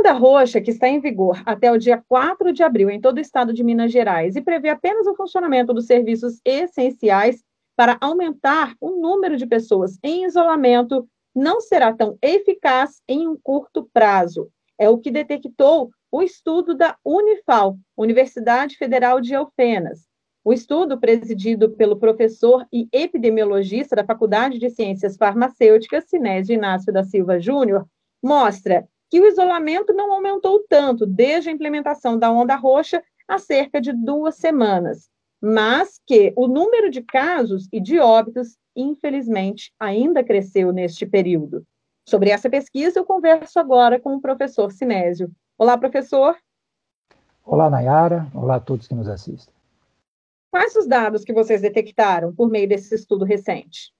onda roxa, que está em vigor até o dia 4 de abril em todo o estado de Minas Gerais e prevê apenas o funcionamento dos serviços essenciais para aumentar o número de pessoas em isolamento, não será tão eficaz em um curto prazo. É o que detectou o estudo da Unifal, Universidade Federal de Alfenas. O estudo, presidido pelo professor e epidemiologista da Faculdade de Ciências Farmacêuticas, Sinésio Inácio da Silva Júnior, mostra que o isolamento não aumentou tanto desde a implementação da onda roxa há cerca de 2 semanas, mas que o número de casos e de óbitos, infelizmente, ainda cresceu neste período. Sobre essa pesquisa, eu converso agora com o professor Sinésio. Olá, professor. Olá, Nayara. Olá a todos que nos assistem. Quais os dados que vocês detectaram por meio desse estudo recente?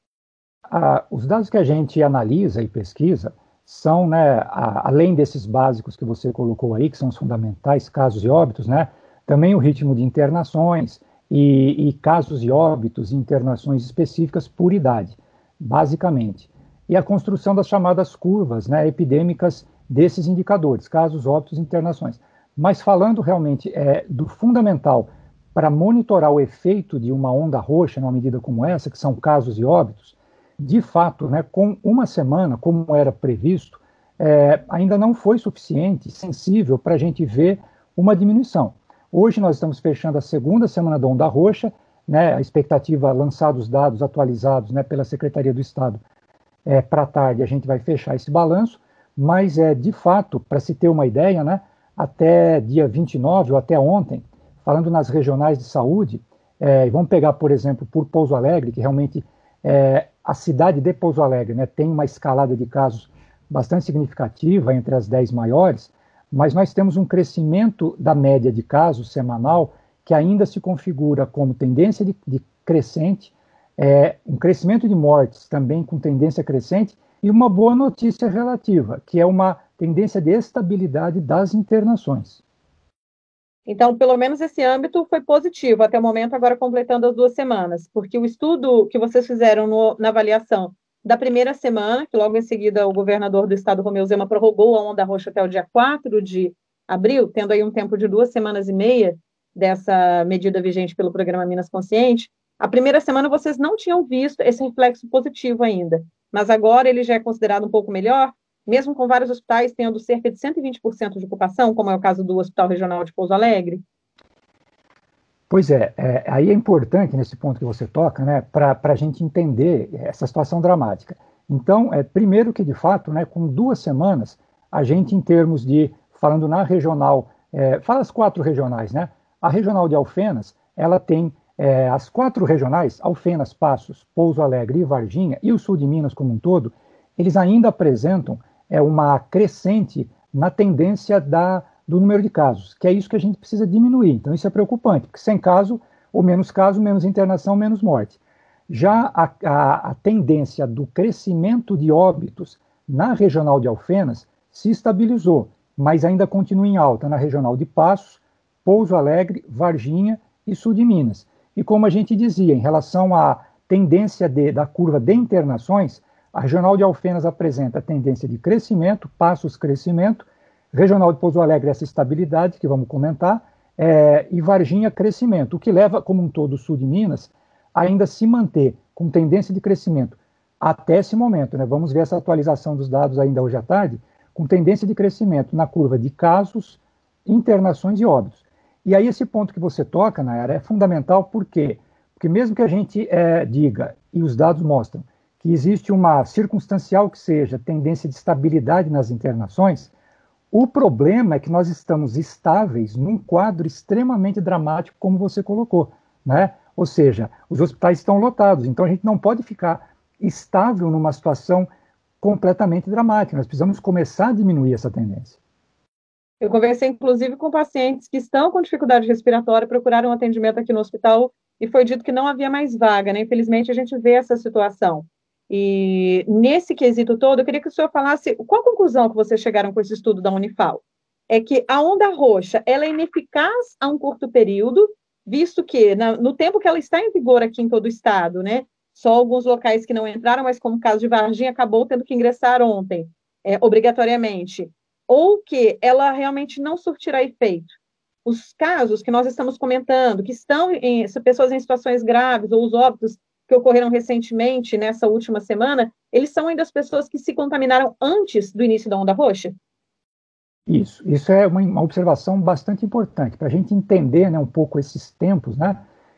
Os dados que a gente analisa e pesquisa são, além desses básicos que você colocou aí, que são os fundamentais, casos e óbitos, também o ritmo de internações e casos e óbitos e internações específicas por idade, basicamente. E a construção das chamadas curvas epidêmicas desses indicadores, casos, óbitos e internações. Mas falando realmente do fundamental para monitorar o efeito de uma onda roxa numa medida como essa, que são casos e óbitos, de fato, com uma semana, como era previsto, ainda não foi suficiente, sensível, para a gente ver uma diminuição. Hoje nós estamos fechando a segunda semana da onda roxa, a expectativa, lançados os dados atualizados pela Secretaria do Estado, para tarde a gente vai fechar esse balanço, mas de fato, para se ter uma ideia, até dia 29 ou até ontem, falando nas regionais de saúde, vamos pegar, por exemplo, por Pouso Alegre, que realmente a cidade de Pouso Alegre tem uma escalada de casos bastante significativa entre as 10 maiores, mas nós temos um crescimento da média de casos semanal que ainda se configura como tendência de crescente, um crescimento de mortes também com tendência crescente e uma boa notícia relativa, que é uma tendência de estabilidade das internações. Então, pelo menos esse âmbito foi positivo até o momento, agora completando as 2 semanas, porque o estudo que vocês fizeram na avaliação da primeira semana, que logo em seguida o governador do estado, Romeu Zema, prorrogou a onda roxa até o dia 4 de abril, tendo aí um tempo de 2 semanas e meia dessa medida vigente pelo programa Minas Consciente. A primeira semana vocês não tinham visto esse reflexo positivo ainda, mas agora ele já é considerado um pouco melhor, mesmo com vários hospitais tendo cerca de 120% de ocupação, como é o caso do Hospital Regional de Pouso Alegre? Pois aí é importante nesse ponto que você toca, para a gente entender essa situação dramática. Então, primeiro que de fato, com 2 semanas, a gente em termos de, falando na regional, fala as 4 regionais, a regional de Alfenas, ela tem as 4 regionais, Alfenas, Passos, Pouso Alegre e Varginha, e o sul de Minas como um todo, eles ainda apresentam uma crescente na tendência do número de casos, que é isso que a gente precisa diminuir. Então isso é preocupante, porque sem caso, ou menos caso, menos internação, menos morte. Já a tendência do crescimento de óbitos na regional de Alfenas se estabilizou, mas ainda continua em alta na regional de Passos, Pouso Alegre, Varginha e sul de Minas. E como a gente dizia, em relação à tendência da curva de internações, a regional de Alfenas apresenta tendência de crescimento, Passos crescimento, regional de Pouso Alegre essa estabilidade, que vamos comentar, e Varginha crescimento, o que leva, como um todo, o sul de Minas a ainda se manter com tendência de crescimento até esse momento. Vamos ver essa atualização dos dados ainda hoje à tarde, com tendência de crescimento na curva de casos, internações e óbitos. E aí esse ponto que você toca, Nayara, é fundamental, por quê? Porque mesmo que a gente diga, e os dados mostram, que existe uma circunstancial que seja tendência de estabilidade nas internações, o problema é que nós estamos estáveis num quadro extremamente dramático, como você colocou, Ou seja, os hospitais estão lotados, então a gente não pode ficar estável numa situação completamente dramática, nós precisamos começar a diminuir essa tendência. Eu conversei, inclusive, com pacientes que estão com dificuldade respiratória, procuraram um atendimento aqui no hospital e foi dito que não havia mais vaga, Infelizmente, a gente vê essa situação. E nesse quesito todo, eu queria que o senhor falasse qual a conclusão que vocês chegaram com esse estudo da Unifal. É que a onda roxa ela é ineficaz a um curto período, visto que no tempo que ela está em vigor aqui em todo o estado, só alguns locais que não entraram, mas como o caso de Varginha, acabou tendo que ingressar ontem, obrigatoriamente. ou que ela realmente não surtirá efeito? Os casos que nós estamos comentando, que estão em pessoas em situações graves, ou os óbitos que ocorreram recentemente, nessa última semana, eles são ainda as pessoas que se contaminaram antes do início da onda roxa? Isso é uma observação bastante importante para a gente entender, né, um pouco esses tempos, né?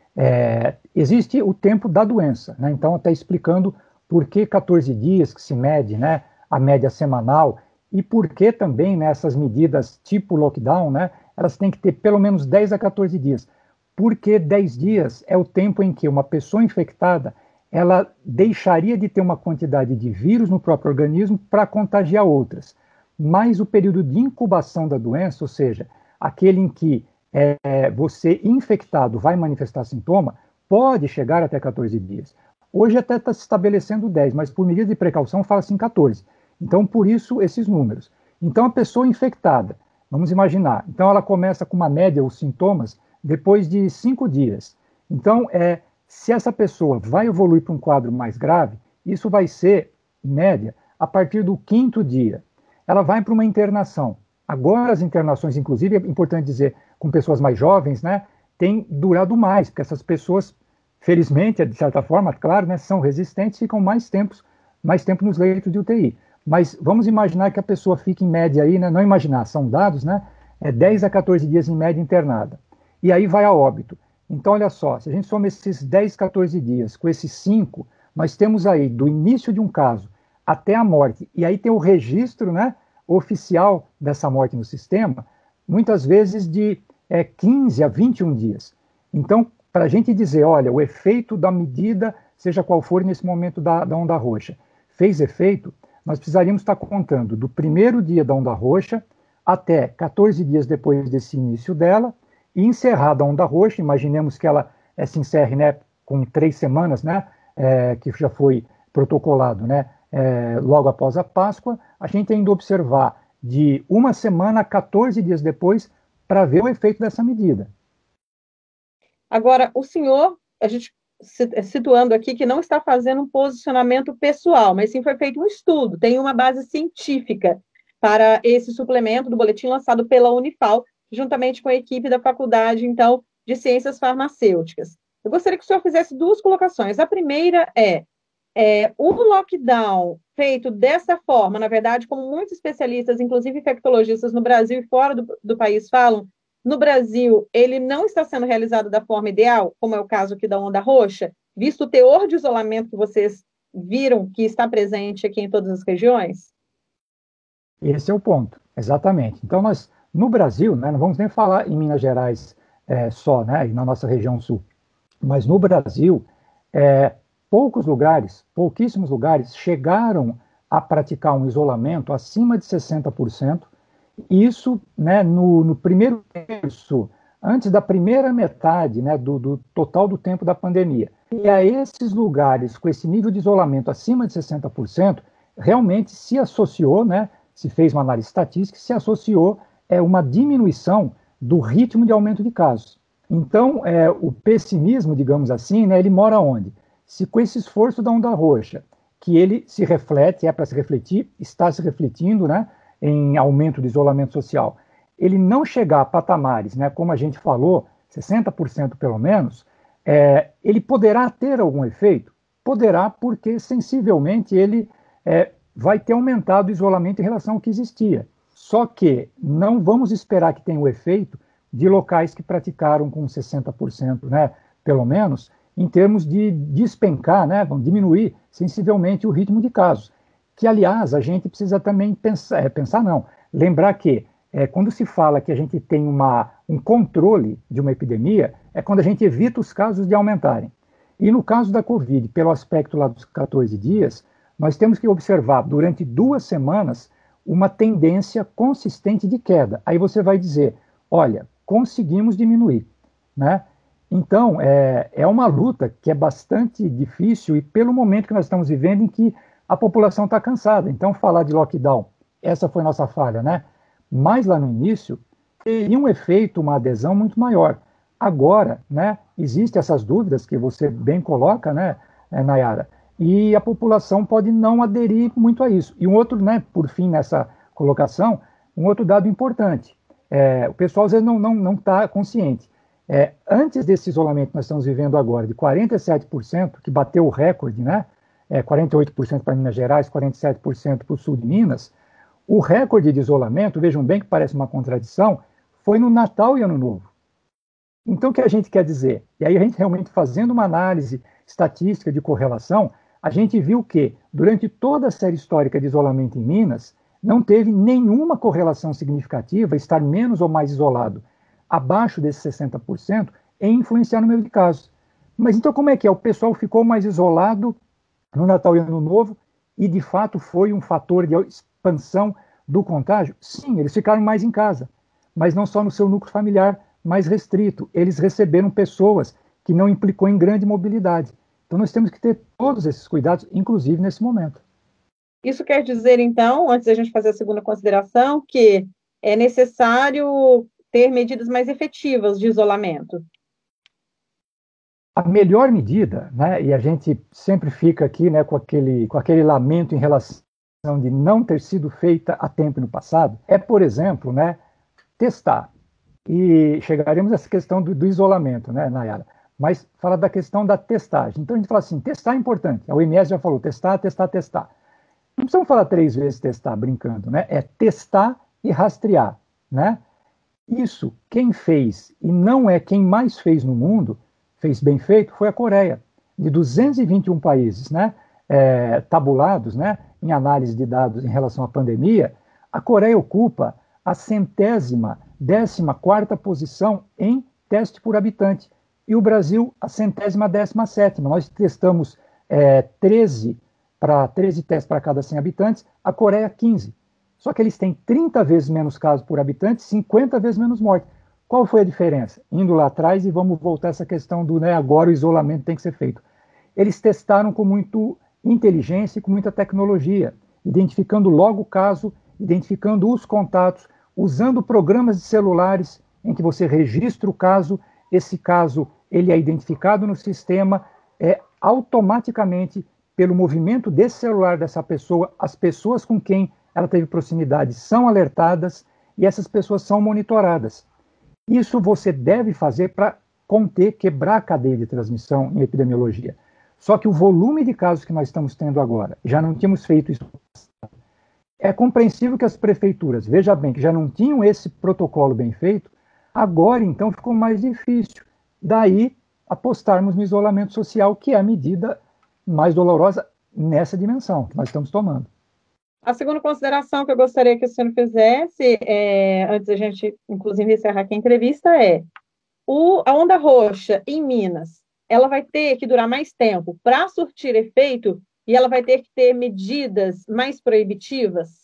Existe o tempo da doença, né? Então, até explicando por que 14 dias que se mede, né, a média semanal, e por que também, né, essas medidas tipo lockdown, né, elas têm que ter pelo menos 10 a 14 dias. Porque 10 dias é o tempo em que uma pessoa infectada ela deixaria de ter uma quantidade de vírus no próprio organismo para contagiar outras. Mas o período de incubação da doença, ou seja, aquele em que você infectado vai manifestar sintoma, pode chegar até 14 dias. Hoje até está se estabelecendo 10, mas por medida de precaução fala-se em 14. Então, por isso, esses números. Então, a pessoa infectada, vamos imaginar, então ela começa com uma média, os sintomas, depois de 5 dias. Então, se essa pessoa vai evoluir para um quadro mais grave, isso vai ser, em média, a partir do 5º dia. Ela vai para uma internação. Agora as internações, inclusive, é importante dizer, com pessoas mais jovens, né, tem durado mais, porque essas pessoas, felizmente, de certa forma, claro, né, são resistentes, ficam mais tempo nos leitos de UTI. Mas vamos imaginar que a pessoa fique em média aí, né, não imaginar, são dados, né, 10 a 14 dias em média internada. E aí vai a óbito. Então, olha só, se a gente soma esses 10, 14 dias com esses 5, nós temos aí, do início de um caso até a morte, e aí tem o registro, né, oficial dessa morte no sistema, muitas vezes de 15 a 21 dias. Então, para a gente dizer, olha, o efeito da medida, seja qual for nesse momento da onda roxa, fez efeito, nós precisaríamos estar contando do primeiro dia da onda roxa até 14 dias depois desse início dela, e encerrada a onda roxa, imaginemos que ela se encerre, né, com 3 semanas, né, que já foi protocolado, né, logo após a Páscoa, a gente ainda observar de 1 semana a 14 dias depois para ver o efeito dessa medida. Agora, o senhor, a gente situando aqui que não está fazendo um posicionamento pessoal, mas sim foi feito um estudo, tem uma base científica para esse suplemento do boletim lançado pela Unifal, juntamente com a equipe da Faculdade, então, de Ciências Farmacêuticas. Eu gostaria que o senhor fizesse 2 colocações. A primeira o lockdown feito dessa forma, na verdade, como muitos especialistas, inclusive infectologistas no Brasil e fora do país falam, no Brasil, ele não está sendo realizado da forma ideal, como é o caso aqui da onda roxa, visto o teor de isolamento que vocês viram que está presente aqui em todas as regiões? Esse é o ponto, exatamente. Então, nós, no Brasil, né, não vamos nem falar em Minas Gerais só, né, e na nossa região sul, mas no Brasil, pouquíssimos lugares chegaram a praticar um isolamento acima de 60%, isso, né, no primeiro terço, antes da primeira metade, né, do total do tempo da pandemia. E a esses lugares, com esse nível de isolamento acima de 60%, realmente se associou, né, se fez uma análise estatística, se associou uma diminuição do ritmo de aumento de casos. Então, o pessimismo, digamos assim, né, ele mora onde? Se com esse esforço da onda roxa, que ele se reflete, para se refletir, está se refletindo, né, em aumento do isolamento social, ele não chegar a patamares, né, como a gente falou, 60% pelo menos, ele poderá ter algum efeito? Poderá, porque sensivelmente ele vai ter aumentado o isolamento em relação ao que existia. Só que não vamos esperar que tenha o efeito de locais que praticaram com 60%, né, pelo menos, em termos de despencar, né, vão diminuir sensivelmente o ritmo de casos. Que, aliás, a gente precisa também lembrar que quando se fala que a gente tem um controle de uma epidemia, é quando a gente evita os casos de aumentarem. E no caso da Covid, pelo aspecto lá dos 14 dias, nós temos que observar durante 2 semanas uma tendência consistente de queda. Aí você vai dizer, olha, conseguimos diminuir, né? Então, é uma luta que é bastante difícil e pelo momento que nós estamos vivendo em que a população está cansada. Então, falar de lockdown, essa foi nossa falha, né? Mas lá no início, teria um efeito, uma adesão muito maior. Agora, né, existem essas dúvidas que você bem coloca, né, Nayara, e a população pode não aderir muito a isso. E um outro, né, por fim, nessa colocação, um outro dado importante. O pessoal às vezes não está consciente. Antes desse isolamento que nós estamos vivendo agora, de 47%, que bateu o recorde, né? 48% para Minas Gerais, 47% para o sul de Minas, o recorde de isolamento, vejam bem que parece uma contradição, foi no Natal e Ano Novo. Então, o que a gente quer dizer? E aí a gente realmente fazendo uma análise estatística de correlação, a gente viu que, durante toda a série histórica de isolamento em Minas, não teve nenhuma correlação significativa, estar menos ou mais isolado, abaixo desses 60%, em influenciar no número de casos. Mas então como é que é? O pessoal ficou mais isolado no Natal e Ano Novo e, de fato, foi um fator de expansão do contágio? Sim, eles ficaram mais em casa, mas não só no seu núcleo familiar mais restrito. Eles receberam pessoas que não implicou em grande mobilidade. Então nós temos que ter todos esses cuidados, inclusive nesse momento. Isso quer dizer, então, antes da gente fazer a segunda consideração, que é necessário ter medidas mais efetivas de isolamento. A melhor medida, né, e a gente sempre fica aqui, né, com aquele lamento em relação de não ter sido feita a tempo no passado, é, por exemplo, né, testar. E chegaremos a essa questão do isolamento, né, Nayara? Mas fala da questão da testagem. Então a gente fala assim, testar é importante. A OMS já falou, testar, testar, testar. Não precisamos falar 3 vezes testar, brincando, né? É testar e rastrear, né? Isso, quem fez, e não é quem mais fez no mundo, fez bem feito, foi a Coreia. De 221 países, né, tabulados, né, em análise de dados em relação à pandemia, a Coreia ocupa a 114ª posição em teste por habitante. E o Brasil, a 117ª. Nós testamos 13 testes para cada 100 habitantes, a Coreia 15. Só que eles têm 30 vezes menos casos por habitante, 50 vezes menos mortes. Qual foi a diferença? Indo lá atrás e vamos voltar a essa questão do, né, agora o isolamento tem que ser feito. Eles testaram com muita inteligência e com muita tecnologia, identificando logo o caso, identificando os contatos, usando programas de celulares em que você registra o caso, esse caso ele é identificado no sistema, automaticamente, pelo movimento desse celular dessa pessoa, as pessoas com quem ela teve proximidade são alertadas e essas pessoas são monitoradas. Isso você deve fazer para conter, quebrar a cadeia de transmissão em epidemiologia. Só que o volume de casos que nós estamos tendo agora, já não tínhamos feito isso. É compreensível que as prefeituras, veja bem, que já não tinham esse protocolo bem feito, agora então ficou mais difícil. Daí apostarmos no isolamento social, que é a medida mais dolorosa nessa dimensão que nós estamos tomando. A segunda consideração que eu gostaria que o senhor fizesse, antes da gente, inclusive, encerrar aqui a entrevista, a onda roxa em Minas, ela vai ter que durar mais tempo para surtir efeito e ela vai ter que ter medidas mais proibitivas?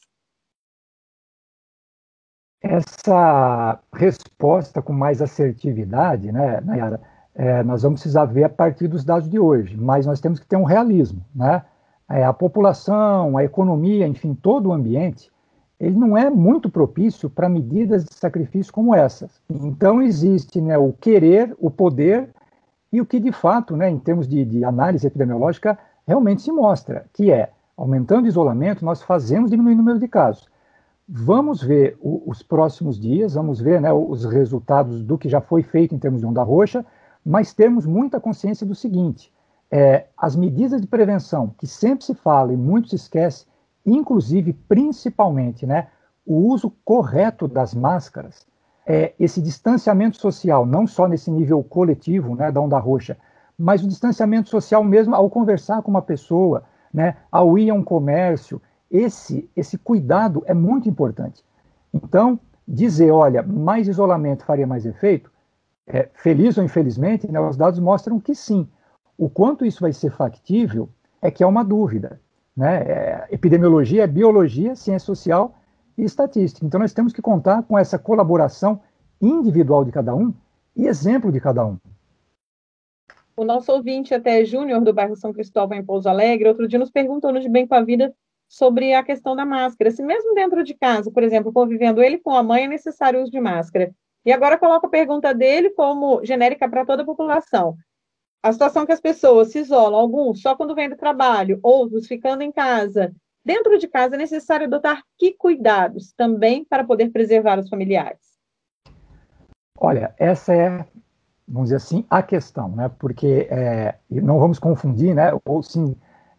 Essa resposta com mais assertividade, né, Nayara, nós vamos precisar ver a partir dos dados de hoje, mas nós temos que ter um realismo, né? A população, a economia, enfim, todo o ambiente, ele não é muito propício para medidas de sacrifício como essas. Então existe, né, o querer, o poder e o que de fato, né, em termos de análise epidemiológica, realmente se mostra, que aumentando o isolamento, nós fazemos diminuir o número de casos. Vamos ver os próximos dias, vamos ver, né, os resultados do que já foi feito em termos de onda roxa, mas temos muita consciência do seguinte, as medidas de prevenção, que sempre se fala e muito se esquece, inclusive, principalmente, né, o uso correto das máscaras, esse distanciamento social, não só nesse nível coletivo, né, da onda roxa, mas o distanciamento social mesmo ao conversar com uma pessoa, né, ao ir a um comércio, esse cuidado é muito importante. Então, dizer, olha, mais isolamento faria mais efeito, feliz ou infelizmente, né, os dados mostram que sim. O quanto isso vai ser factível é que é uma dúvida. Né? Epidemiologia é biologia, ciência social e estatística. Então nós temos que contar com essa colaboração individual de cada um e exemplo de cada um. O nosso ouvinte, até Júnior, do bairro São Cristóvão, em Pouso Alegre, outro dia nos perguntou no De Bem com a Vida sobre a questão da máscara. Se mesmo dentro de casa, por exemplo, convivendo ele com a mãe, é necessário o uso de máscara. E agora coloca a pergunta dele como genérica para toda a população. A situação que as pessoas se isolam, alguns só quando vêm do trabalho, outros ficando em casa, Dentro de casa é necessário adotar que cuidados também para poder preservar os familiares? Olha, essa é, vamos dizer assim, a questão, né? Porque não vamos confundir, né? Ou sim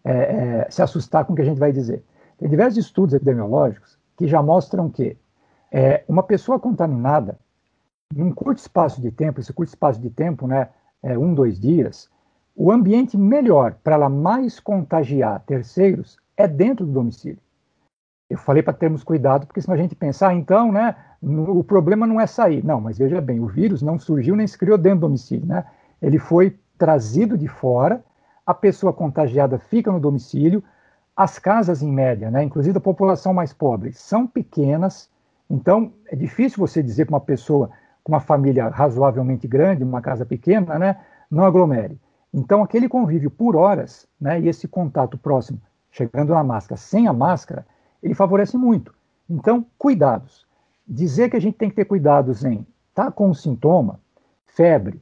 se assustar com o que a gente vai dizer. Tem diversos estudos epidemiológicos que já mostram que uma pessoa contaminada, num curto espaço de tempo, esse curto espaço de tempo, né, 1, 2 dias, o ambiente melhor para ela mais contagiar terceiros é dentro do domicílio. Eu falei para termos cuidado, porque senão a gente pensar, então, né, o problema não é sair. Não, mas veja bem, o vírus não surgiu nem se criou dentro do domicílio, né? Ele foi trazido de fora, a pessoa contagiada fica no domicílio, as casas, em média, né, inclusive a população mais pobre, são pequenas, então é difícil você dizer para uma pessoa com uma família razoavelmente grande, uma casa pequena, né, não aglomere. Então, aquele convívio por horas, né, e esse contato próximo, chegando na máscara, sem a máscara, ele favorece muito. Então, cuidados. Dizer que a gente tem que ter cuidados em estar com um sintoma, febre,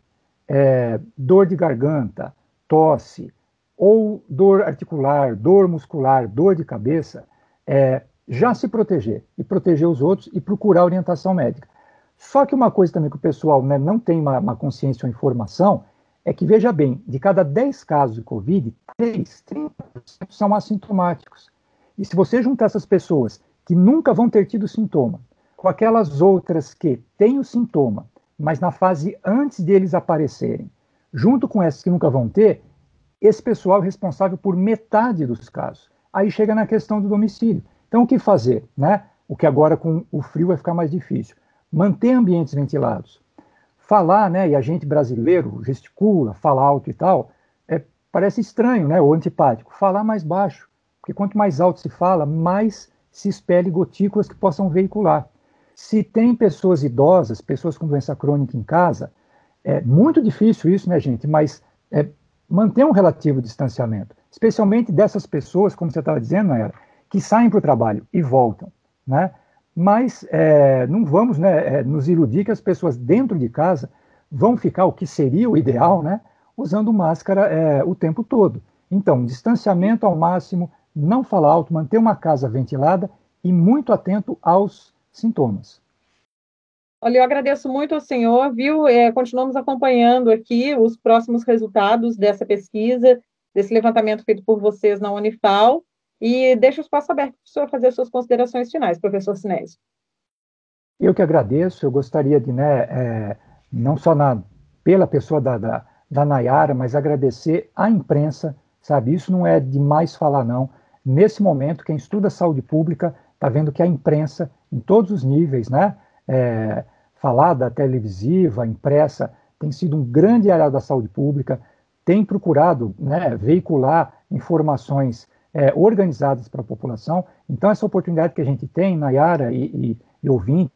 dor de garganta, tosse, ou dor articular, dor muscular, dor de cabeça, já se proteger e proteger os outros e procurar orientação médica. Só que uma coisa também que o pessoal, né, não tem uma consciência ou informação é que, veja bem, de cada 10 casos de Covid, 30% são assintomáticos. E se você juntar essas pessoas que nunca vão ter tido sintoma, com aquelas outras que têm o sintoma, mas na fase antes deles aparecerem, junto com essas que nunca vão ter, esse pessoal é responsável por metade dos casos. Aí chega na questão do domicílio. Então, o que fazer, né? O que agora com o frio vai ficar mais difícil. Manter ambientes ventilados. Falar, né? E a gente brasileiro gesticula, fala alto e tal, parece estranho, né? Ou antipático. Falar mais baixo. Porque quanto mais alto se fala, mais se expele gotículas que possam veicular. Se tem pessoas idosas, pessoas com doença crônica em casa, é muito difícil isso, né, gente? Mas manter um relativo distanciamento, especialmente dessas pessoas, como você estava dizendo, Nayara, que saem para o trabalho e voltam, né? Mas não vamos, né, nos iludir que as pessoas dentro de casa vão ficar, o que seria o ideal, né, usando máscara o tempo todo. Então, distanciamento ao máximo, não falar alto, manter uma casa ventilada e muito atento aos sintomas. Olha, eu agradeço muito ao senhor, viu? Continuamos acompanhando aqui os próximos resultados dessa pesquisa, desse levantamento feito por vocês na Unifal, e deixo o espaço aberto para o senhor fazer as suas considerações finais, professor Sinésio. Eu que agradeço, eu gostaria de, né, não só pela pessoa da Nayara, mas agradecer à imprensa, sabe? Isso não é demais falar, não. Nesse momento, quem estuda saúde pública está vendo que a imprensa, em todos os níveis, né, falada, televisiva, impressa, tem sido um grande aliado da saúde pública, tem procurado, né, veicular informações organizadas para a população. Então, essa oportunidade que a gente tem, Nayara e ouvinte,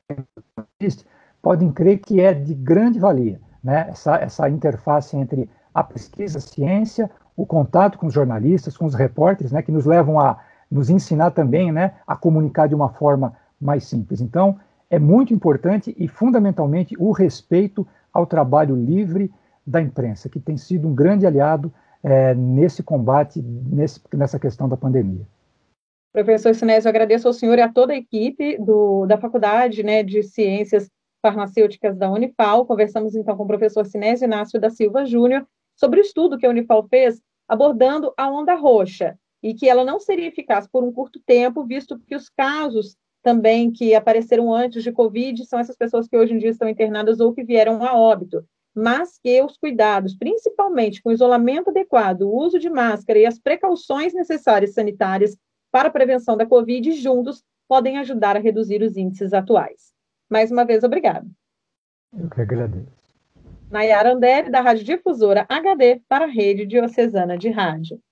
podem crer que é de grande valia, né? Essa interface entre a pesquisa, a ciência, o contato com os jornalistas, com os repórteres, né, que nos levam a nos ensinar também, né, a comunicar de uma forma mais simples. Então, é muito importante e, fundamentalmente, o respeito ao trabalho livre da imprensa, que tem sido um grande aliado nesse combate, nessa questão da pandemia. Professor Sinésio, eu agradeço ao senhor e a toda a equipe da Faculdade, né, de Ciências Farmacêuticas da Unifal. Conversamos, então, com o professor Sinésio Inácio da Silva Júnior sobre o estudo que a Unifal fez abordando a onda roxa e que ela não seria eficaz por um curto tempo, visto que os casos também que apareceram antes de Covid são essas pessoas que hoje em dia estão internadas ou que vieram a óbito, mas que os cuidados, principalmente com o isolamento adequado, o uso de máscara e as precauções necessárias sanitárias para a prevenção da Covid, juntos podem ajudar a reduzir os índices atuais. Mais uma vez, obrigado. Eu que agradeço. Nayara Andere, da Rádio Difusora HD, para a Rede Diocesana de Rádio.